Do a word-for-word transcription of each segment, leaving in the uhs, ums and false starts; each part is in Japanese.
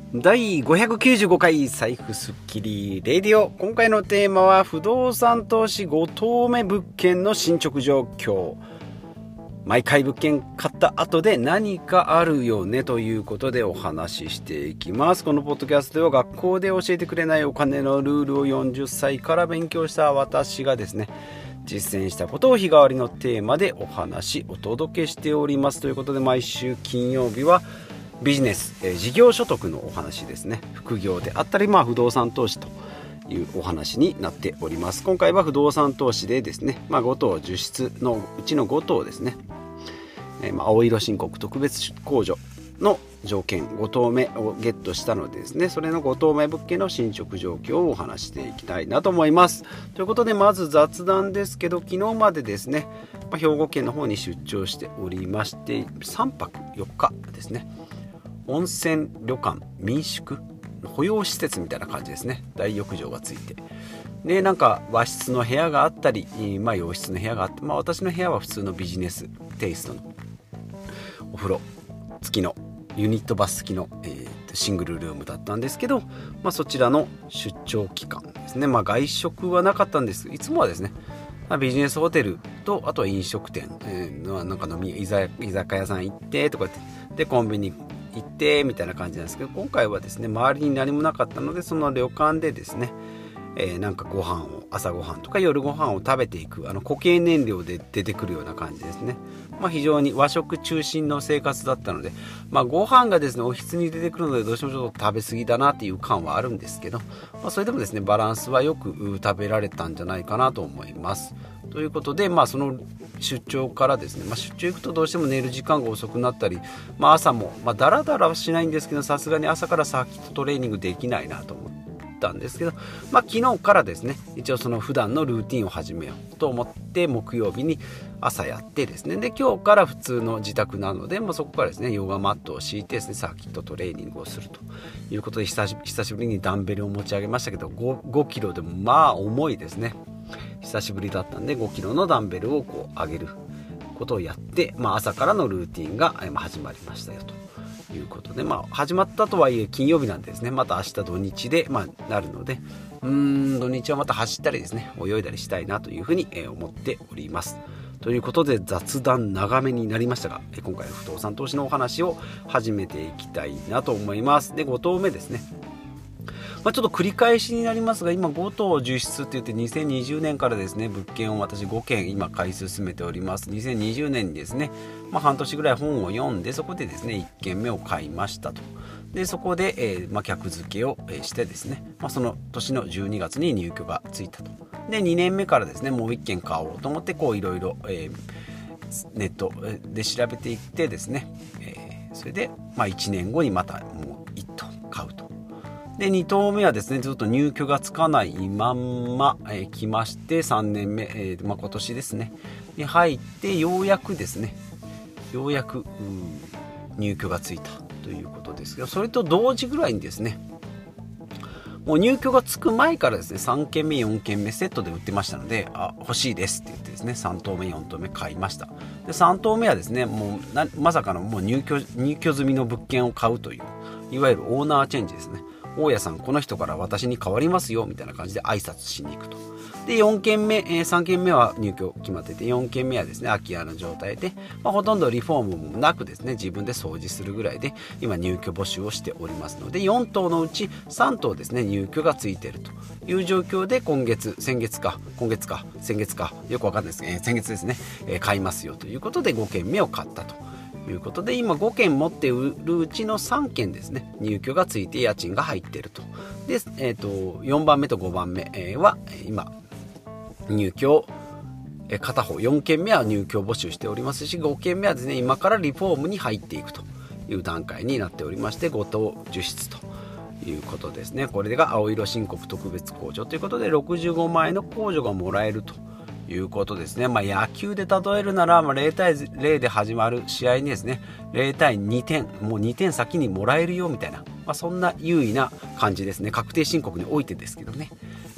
だいごひゃくきゅうじゅうごかい財布スッキリレディオ。今回のテーマは不動産投資ご棟目物件の進捗状況。毎回物件買った後で何かあるよねということでお話ししていきます。このポッドキャストでは学校で教えてくれないお金のルールをよんじゅっさいから勉強した私がですね、実践したことを日替わりのテーマでお話お届けしておりますということで、毎週金曜日はビジネス、えー、事業所得のお話ですね。副業であったり、まあ、不動産投資というお話になっております。今回は不動産投資でですね、まあ、ご棟じゅっ室のうちのご棟ですね、えーまあ、青色申告特別控除の条件ご棟目をゲットしたのでですね、それのご棟目物件の進捗状況をお話していきたいなと思います。ということで、まず雑談ですけど、昨日までですね、まあ、兵庫県の方に出張しておりまして、さんぱくよっかですね、温泉旅館民宿保養施設みたいな感じですね。大浴場がついて、でなんか和室の部屋があったり、まあ、洋室の部屋があって、まあ、私の部屋は普通のビジネステイストのお風呂付きのユニットバス付きの、えー、シングルルームだったんですけど、まあ、そちらの出張期間ですね、まあ、外食はなかったんです。いつもはですね、まあ、ビジネスホテルとあとは飲食店、えー、なんか飲み居酒屋さん行ってとかってでコンビニ行ってみたいな感じなんですけど、今回はですね周りに何もなかったので、その旅館でですね、えー、なんかご飯を朝ごはんとか夜ご飯を食べていく、あの固形燃料で出てくるような感じですね。まあ、非常に和食中心の生活だったので、まあ、ご飯がですねおひつに出てくるのでどうしてもちょっと食べ過ぎだなっていう感はあるんですけど、まあ、それでもですねバランスはよく食べられたんじゃないかなと思います。ということで、まあ、その出張からですね、まあ、出張行くとどうしても寝る時間が遅くなったり、まあ、朝も、まあ、だらだらはしないんですけど、さすがに朝からサーキットトレーニングできないなと思ったんですけど、まあ、昨日からですね一応その普段のルーティンを始めようと思って木曜日に朝やってですね、で今日から普通の自宅なので、まあ、そこからですねヨガマットを敷いてですねサーキットトレーニングをするということで、久し、久しぶりにダンベルを持ち上げましたけど 5, 5キロでもまあ重いですね。久しぶりだったんでごキロのダンベルをこう上げることをやって、まあ、朝からのルーティンが始まりましたよということで、まあ、始まったとはいえ金曜日なんでですね、また明日土日で、まあ、なるので、うーん土日はまた走ったりですね泳いだりしたいなというふうに思っております。ということで雑談長めになりましたが、今回の不動産投資のお話を始めていきたいなと思います。でご棟目ですね、まあ、ちょっと繰り返しになりますが、今ご棟じゅっ室って言ってにせんにじゅうねんからですね物件を私ごけん今買い進めております。にせんにじゅうねんにですね、まあ、半年ぐらい本を読んで、そこでですねいっけんめを買いましたと。でそこで、えーまあ、客付けをしてですね、まあ、その年のじゅうにがつに入居がついたと。でにねんめからですねもういっけん買おうと思ってこういろいろネットで調べていってですね、えー、それで、まあ、いちねんごにまたもういっ棟買うと。でに棟目はですねずっと入居がつかないまんま、えー、来まして、さんねんめ、えーまあ、今年ですねに入ってようやくですねようやく入居がついたということですけど、それと同時ぐらいにですねもう入居がつく前からですねさんけんめよんけんめセットで売ってましたので、あ欲しいですって言ってですねさん棟目よん棟目買いました。でさん棟目はですねもうなまさかのもう入居入居済みの物件を買うという、いわゆるオーナーチェンジですね。大家さんこの人から私に変わりますよみたいな感じで挨拶しに行くと。でよんけんめ、えー、さんけんめは入居決まってて、よんけんめはですね空き家の状態で、まあ、ほとんどリフォームもなくですね自分で掃除するぐらいで今入居募集をしておりますので、よん棟のうちさん棟ですね入居がついているという状況で、今月先月か今月か先月かよくわかんないですね、えー、先月ですね、えー、買いますよということでごけんめを買ったとということで、今ごけん持って売るうちのさんけんですね入居がついて家賃が入っていると。で、えー、とよんばんめとごばんめは今入居、片方よんけんめは入居募集しておりますし、ごけんめはですね今からリフォームに入っていくという段階になっておりまして、ご棟じゅっ室ということですね。これが青色申告特別控除ということでろくじゅうごまんえんの控除がもらえるということですね。まあ、野球で例えるなら、まあ、ゼロたいゼロで始まる試合にですねゼロたいにてんもうにてん先にもらえるよみたいな、まあ、そんな優位な感じですね。確定申告においてですけどね、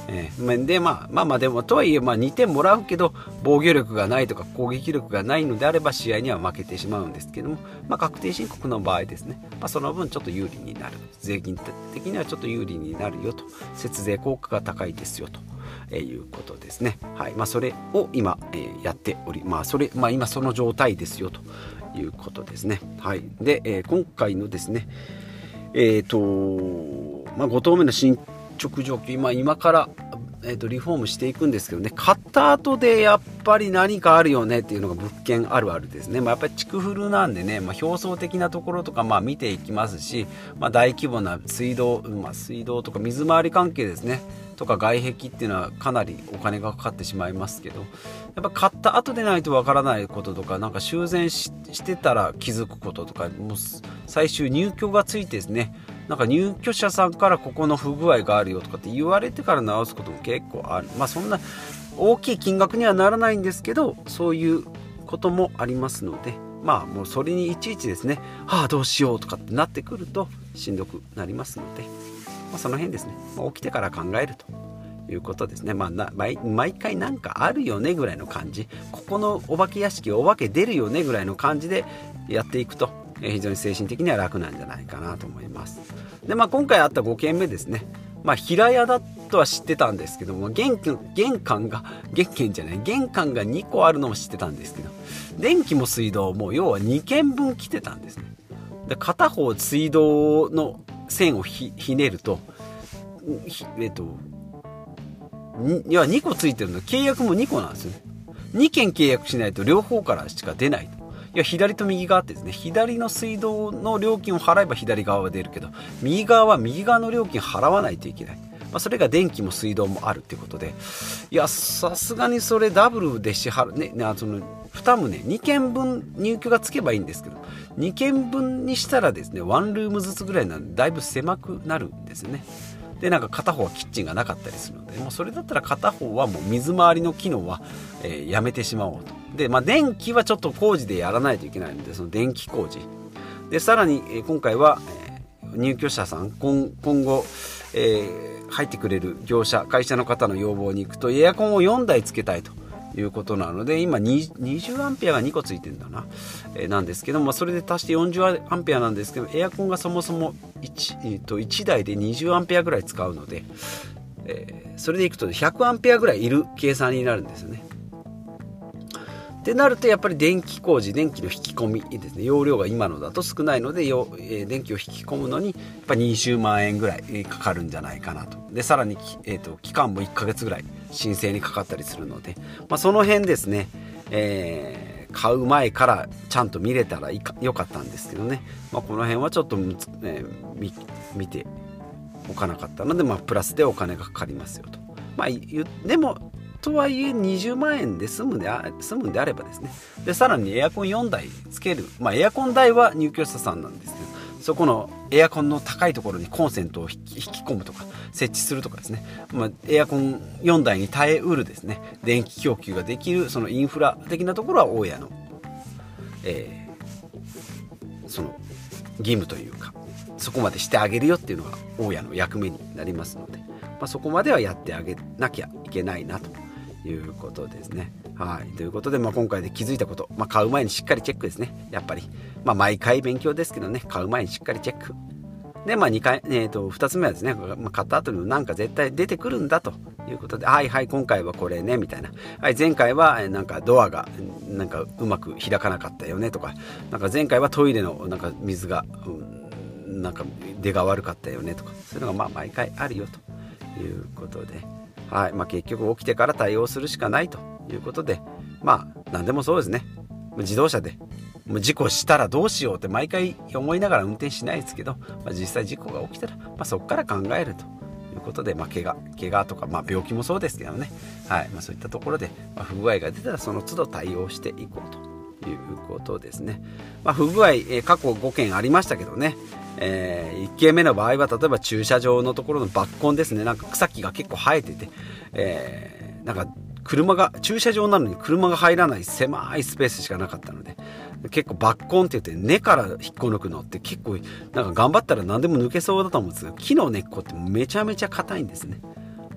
えー、でまあまあまあでもとはいえまあにてんもらうけど防御力がないとか攻撃力がないのであれば試合には負けてしまうんですけども、まあ、確定申告の場合ですね、まあ、その分ちょっと有利になる、税金的にはちょっと有利になるよと、節税効果が高いですよと、えー、いうことですね。はい、まあ、それを今、えー、やっており、まあそれまあ、今その状態ですよということですね。はい、で、えー、今回のですねえーとまあ、ご棟目の進捗状況、今今から、えー、とリフォームしていくんですけどね、買った後でやっぱり何かあるよねっていうのが物件あるあるですね。まあ、やっぱり築古なんでね、まあ、表層的なところとかまあ見ていきますし、まあ、大規模な水道、まあ、水道とか水回り関係ですねとか外壁っていうのはかなりお金がかかってしまいますけど、やっぱ買った後でないとわからないこととか、なんか修繕 し, してたら気づくこととか、もう最終入居がついてですね、なんか入居者さんからここの不具合があるよとかって言われてから直すことも結構ある。まあそんな大きい金額にはならないんですけど、そういうこともありますので、まあもうそれにいちいちですね、はあどうしようとかってなってくるとしんどくなりますので、まあ、その辺ですね、まあ、起きてから考えるということですね。まあ、な 毎, 毎回なんかあるよねぐらいの感じ、ここのお化け屋敷お化け出るよねぐらいの感じでやっていくと、えー、非常に精神的には楽なんじゃないかなと思います。で、まあ、今回あったごけんめですね、まあ、平屋だとは知ってたんですけども、玄関玄関が玄関じゃない玄関がにこあるのも知ってたんですけど、電気も水道も要はにけんぶん来てたんですね。で、片方水道の線を ひ, ひねると、えっといやにこついてるの、契約もにこなんですよね。にけん契約しないと両方からしか出ないと。いや、左と右側ってですね、左の水道の料金を払えば左側は出るけど、右側は右側の料金払わないといけない。まあ、それが電気も水道もあるっていうことで、いやさすがにそれダブルで支払うね、そのにとうにけんぶん入居がつけばいいんですけど、にけんぶんにしたらですね、ワンルームずつぐらいなんでだいぶ狭くなるんですよね。で、なんか片方はキッチンがなかったりするので、もうそれだったら片方はもう水回りの機能は、えー、やめてしまおうと。で、まあ、電気はちょっと工事でやらないといけないので、その電気工事で、さらに、えー、今回は、えー、入居者さん 今, 今後、えー、入ってくれる業者会社の方の要望に行くと、エアコンをよんだいつけたいということなので、今にじゅうアンペアがにこついてるんだな、えー、なんですけども、まあ、それで足してよんじゅうアンペアなんですけど、エアコンがそもそも 1,、えー、といちだいでにじゅうアンペアぐらい使うので、えー、それでいくとひゃくアンペアぐらいいる計算になるんですよね。ってなると、やっぱり電気工事、電気の引き込みですね、容量が今のだと少ないので、よ、えー、電気を引き込むのにやっぱりにじゅうまんえんぐらいかかるんじゃないかなと。で、さらに、えー、と期間もいっかげつぐらい申請にかかったりするので、まあ、その辺ですね、えー、買う前からちゃんと見れたらいかよかったんですけどね、まあ、この辺はちょっと、えー、見, 見ておかなかったので、まあ、プラスでお金がかかりますよと。まあ、でもとはいえにじゅうまんえんで済むんで済むんであればですね、でさらにエアコンよんだいつける、まあ、エアコン代は入居者さんなんですけど、そこのエアコンの高いところにコンセントを引き込むとか設置するとかですね、まあ、エアコンよんだいに耐えうるですね電気供給ができる、そのインフラ的なところは大家の、えー、その義務というか、そこまでしてあげるよっていうのが大家の役目になりますので、まあ、そこまではやってあげなきゃいけないなということですね。はい、ということで、まあ、今回で気づいたこと、まあ、買う前にしっかりチェックですね。やっぱり、まあ、毎回勉強ですけどね、買う前にしっかりチェックで、まあ、にかい、えー、とふたつめはですね、まあ、買った後にもなんか絶対出てくるんだということで、はいはい今回はこれねみたいな、はい、前回はなんかドアがなんかうまく開かなかったよねとか、なんか前回はトイレのなんか水が、うん、なんか出が悪かったよねとか、そういうのがまあ毎回あるよということで、はい、まあ、結局起きてから対応するしかないということで、まあ何でもそうですね、自動車でもう事故したらどうしようって毎回思いながら運転しないですけど、まあ、実際事故が起きたら、まあ、そこから考えるということで、まあ、怪我怪我とか、まあ、病気もそうですけどね、はい、まあ、そういったところで、まあ、不具合が出たらその都度対応していこうということですね。まあ、不具合、えー、過去ごけんありましたけどね、えー、いっけんめの場合は例えば駐車場のところのバッコンですね、なんか草木が結構生えてて、えー、なんか車が駐車場なのに車が入らない狭いスペースしかなかったので、結構バッコンって言って根から引っこ抜くのって結構なんか頑張ったら何でも抜けそうだと思うんですけど、木の根っこってめちゃめちゃ硬いんですね。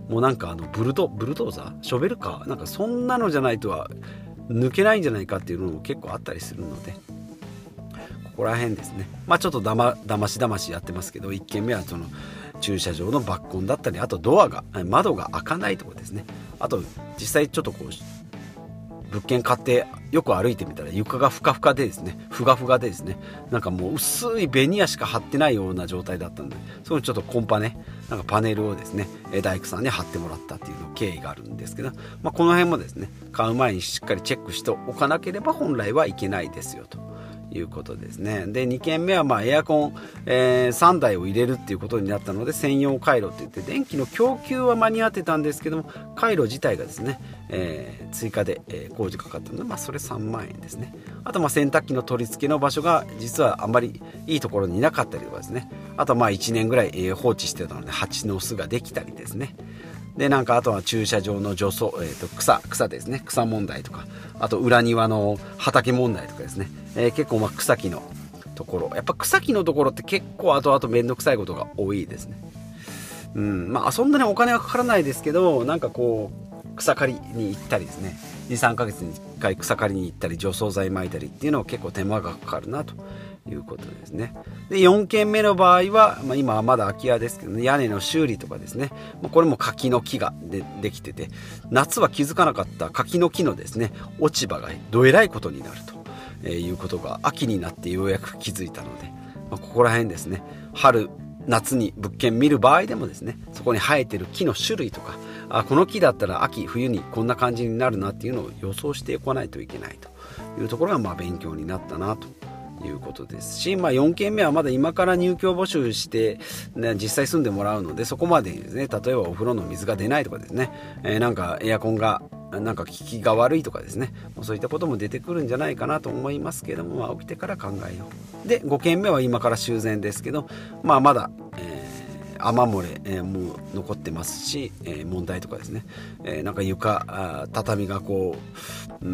もうなんかあのブルドブルドーザーショベルカーなんかそんなのじゃないとは抜けないんじゃないかっていうのも結構あったりするので、ここら辺ですね。まあちょっとだまだましだましやってますけど、いっけんめはその駐車場のバッコンだったり、あとドアが窓が開かないところですね。あと実際ちょっとこう物件買ってよく歩いてみたら床がふかふかでですね、ふがふがでですね、なんかもう薄いベニヤしか貼ってないような状態だったので、そこにちょっとコンパね、なんかパネルをですね大工さんに貼ってもらったっていうの経緯があるんですけど、まあ、この辺もですね買う前にしっかりチェックしておかなければ本来はいけないですよということですね。でにけんめはまあエアコン、えー、さんだいを入れるっていうことになったので、専用回路って言って電気の供給は間に合ってたんですけども、回路自体がですね、えー、追加で、えー、工事かかったので、まあ、それさんまんえんですね。あとまあ洗濯機の取り付けの場所が実はあんまりいいところにいなかったりとかですね、あとまあいちねんぐらい、えー、放置してたので蜂の巣ができたりですね、でなんかあとは駐車場の除草、えー、と草草ですね、草問題とか、あと裏庭の畑問題とかですね、えー、結構まあ草木のところ、やっぱ草木のところって結構後々面倒くさいことが多いですね。うんまあそんなにお金はかからないですけど、なんかこう草刈りに行ったりですね、にさんかげつにいっかい草刈りに行ったり除草剤撒いたりっていうのは結構手間がかかるなということですね。でよんけんめの場合は、まあ、今はまだ空き家ですけど、ね、屋根の修理とかですね、これも柿の木が で, できてて、夏は気づかなかった柿の木のですね落ち葉がどえらいことになると、えー、いうことが秋になってようやく気づいたので、まあ、ここら辺ですね、春夏に物件見る場合でもですね、そこに生えてる木の種類とか、あこの木だったら秋冬にこんな感じになるなっていうのを予想しておかないといけないというところがまあ勉強になったなということですし、まあ、よんけんめはまだ今から入居募集して、ね、実際住んでもらうので、そこまでにですね、例えばお風呂の水が出ないとかですね、えー、なんかエアコンがなんか効きが悪いとかですね、そういったことも出てくるんじゃないかなと思いますけども、まあ、起きてから考えよう。でごけんめは今から修繕ですけど、まあ、まだ、えー雨漏れ、えー、もう残ってますし、えー、問題とかですね、えー、なんか床あ畳がこう、うん、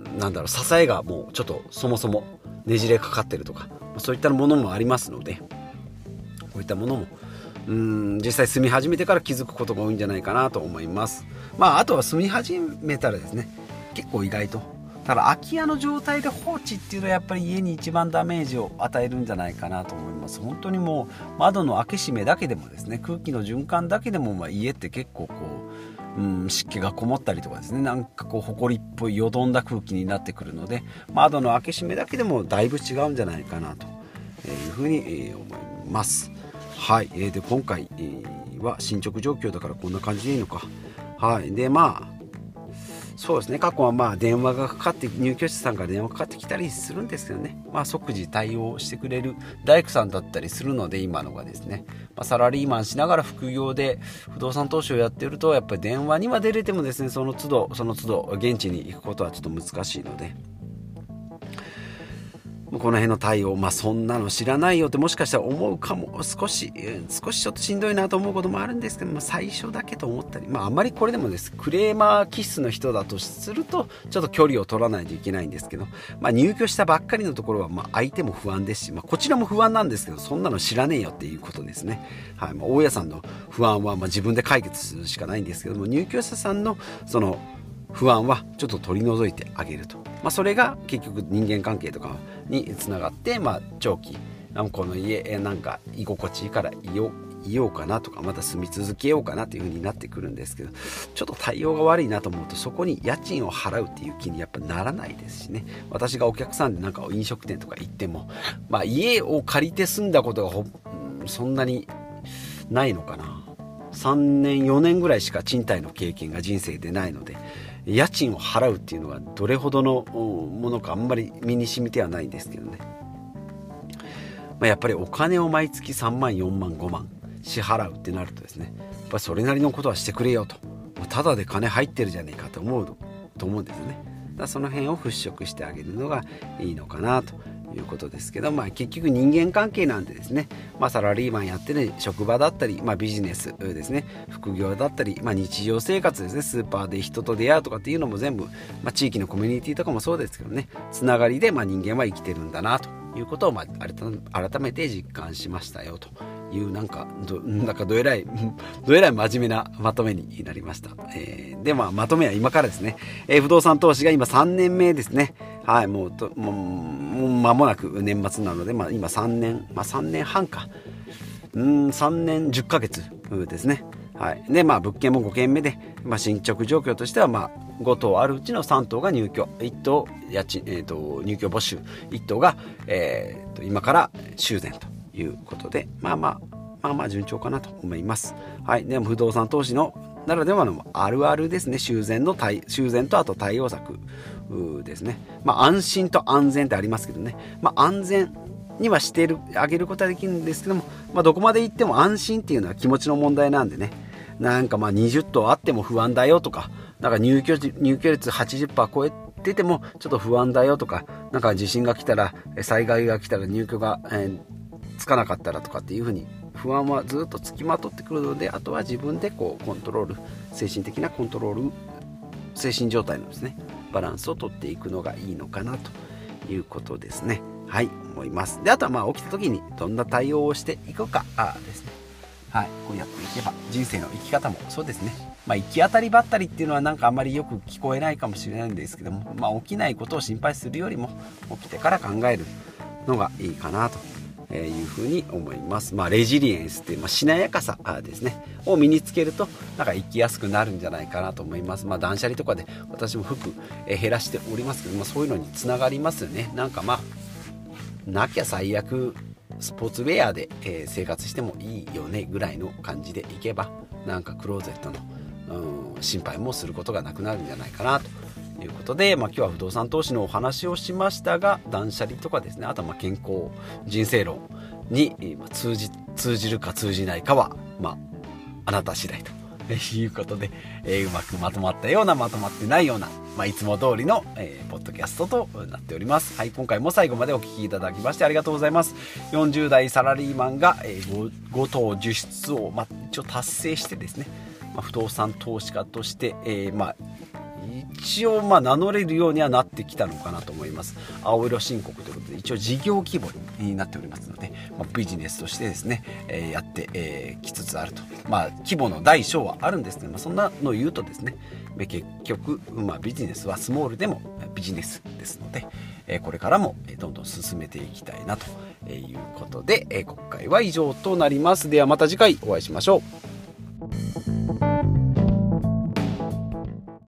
なんだろう、支えがもうちょっとそもそもねじれかかってるとか、そういったものもありますので、こういったものもうん実際住み始めてから気づくことが多いんじゃないかなと思います。まああとは住み始めたらですね、結構意外とただ空き家の状態で放置っていうのはやっぱり家に一番ダメージを与えるんじゃないかなと思います。本当にもう窓の開け閉めだけでもですね、空気の循環だけでも、まあ家って結構こう、うん、湿気がこもったりとかですね、なんかこう埃っぽいよどんだ空気になってくるので、窓の開け閉めだけでもだいぶ違うんじゃないかなというふうに思います。はい、で今回は進捗状況だからこんな感じでいいのか。はい、でまあそうですね、過去はまあ電話がかかって入居者さんから電話かかってきたりするんですけどね、まあ、即時対応してくれる大工さんだったりするので、今のがですね、まあ、サラリーマンしながら副業で不動産投資をやってると、やっぱり電話には出れてもですね、その都度その都度現地に行くことはちょっと難しいので、この辺の対応、まあそんなの知らないよってもしかしたら思うかも、少し少しちょっとしんどいなと思うこともあるんですけど、まあ、最初だけと思ったり、まああんまりこれでもですクレーマー気質の人だとするとちょっと距離を取らないといけないんですけど、まあ、入居したばっかりのところはまあ相手も不安ですし、まあ、こちらも不安なんですけど、そんなの知らねえよっていうことですね。はい、まあ、大家さんの不安はまあ自分で解決するしかないんですけども、入居者さんのその不安はちょっと取り除いてあげると、まあ、それが結局人間関係とかにつながって、まあ、長期この家なんか居心地いいからいよういようかなとか、また住み続けようかなという風になってくるんですけど、ちょっと対応が悪いなと思うと、そこに家賃を払うっていう気にやっぱならないですしね。私がお客さんでなんか飲食店とか行っても、まあ、家を借りて住んだことがほ、うん、そんなにないのかな。さんねんよねんぐらいしか賃貸の経験が人生でないので、家賃を払うっていうのがどれほどのものかあんまり身に染みてはないんですけどね、まあ、やっぱりお金を毎月さんまんよんまんごまん支払うってなるとですね、やっぱりそれなりのことはしてくれよと、ただで金入ってるじゃねえかと思うと思うんですよね。だからその辺を払拭してあげるのがいいのかなということですけど、まあ、結局人間関係なんでですね、まあ、サラリーマンやってる職場だったり、まあ、ビジネスですね、副業だったり、まあ、日常生活ですね、スーパーで人と出会うとかっていうのも全部、まあ、地域のコミュニティとかもそうですけどね、つながりでまあ人間は生きてるんだなということをまあ改めて実感しましたよというなんかどなんかどえらいどえらい真面目なまとめになりました。えー、でまあまとめは今からですね、えー、不動産投資が今さんねんめですね。はい、もうともうもう間もなく年末なので、まあ、今さんねん、まあ、さんねんはんかうんさんねんじゅっかげつですね。はい、でまあ物件もごけんめで、まあ、進捗状況としては、まあ、ご棟あるうちのさん棟が入居、いっ棟家賃、えー、と入居募集、いっ棟が、えー、と今から修繕ということで、まあまあまあまあ順調かなと思います。はい、でも不動産投資のならではのあるあるですね。修繕の対修繕とあと対応策ですね。まあ安心と安全ってありますけどね。まあ安全にはしてるあげることはできるんですけども、まあどこまで行っても安心っていうのは気持ちの問題なんでね。なんかまあにじゅっ棟あっても不安だよとか、なんか入居入居率 はちじゅっパーセント 超えててもちょっと不安だよとか、なんか地震が来たら災害が来たら入居が、えー、つかなかったらとかっていうふうに不安はずっとつきまとってくるので、あとは自分でこうコントロール、精神的なコントロール、精神状態のですねバランスをとっていくのがいいのかなということですね。はい、思います。であとはまあ起きた時にどんな対応をしていくかあですね。はい、こうやっていけば人生の生き方もそうですね。まあ行き当たりばったりっていうのはなんかあんまりよく聞こえないかもしれないんですけども、まあ起きないことを心配するよりも起きてから考えるのがいいかなというふうに思います。まあレジリエンスっていう、まあ、しなやかさですねを身につけるとなんか生きやすくなるんじゃないかなと思います。まあ断捨離とかで私も服減らしておりますけど、まあ、そういうのにつながりますよね。なんかまあなきゃ最悪スポーツウェアで、えー、生活してもいいよねぐらいの感じでいけば、なんかクローゼットの、うん、心配もすることがなくなるんじゃないかなということで、まあ、今日は不動産投資のお話をしましたが、断捨離とかですね、あとはまあ健康人生論に通じ、通じるか通じないかは、まあ、あなた次第ということで、えー、うまくまとまったようなまとまってないような、まあ、いつも通りの、えー、ポッドキャストとなっております。はい、今回も最後までお聞きいただきましてありがとうございます。よんじゅう代サラリーマンが、えー、ご棟じゅっ室を、まあ、一応達成してですね、まあ、不動産投資家として、えー、まあ一応まあ名乗れるようにはなってきたのかなと思います。青色申告ということで一応事業規模になっておりますので、まあ、ビジネスとしてですね、えー、やってき、えー、つつあると。まあ規模の大小はあるんですけど、まあ、そんなのを言うとですね、結局、まあ、ビジネスはスモールでもビジネスですので、えー、これからもどんどん進めていきたいなということで、えー、今回は以上となります。ではまた次回お会いしましょう。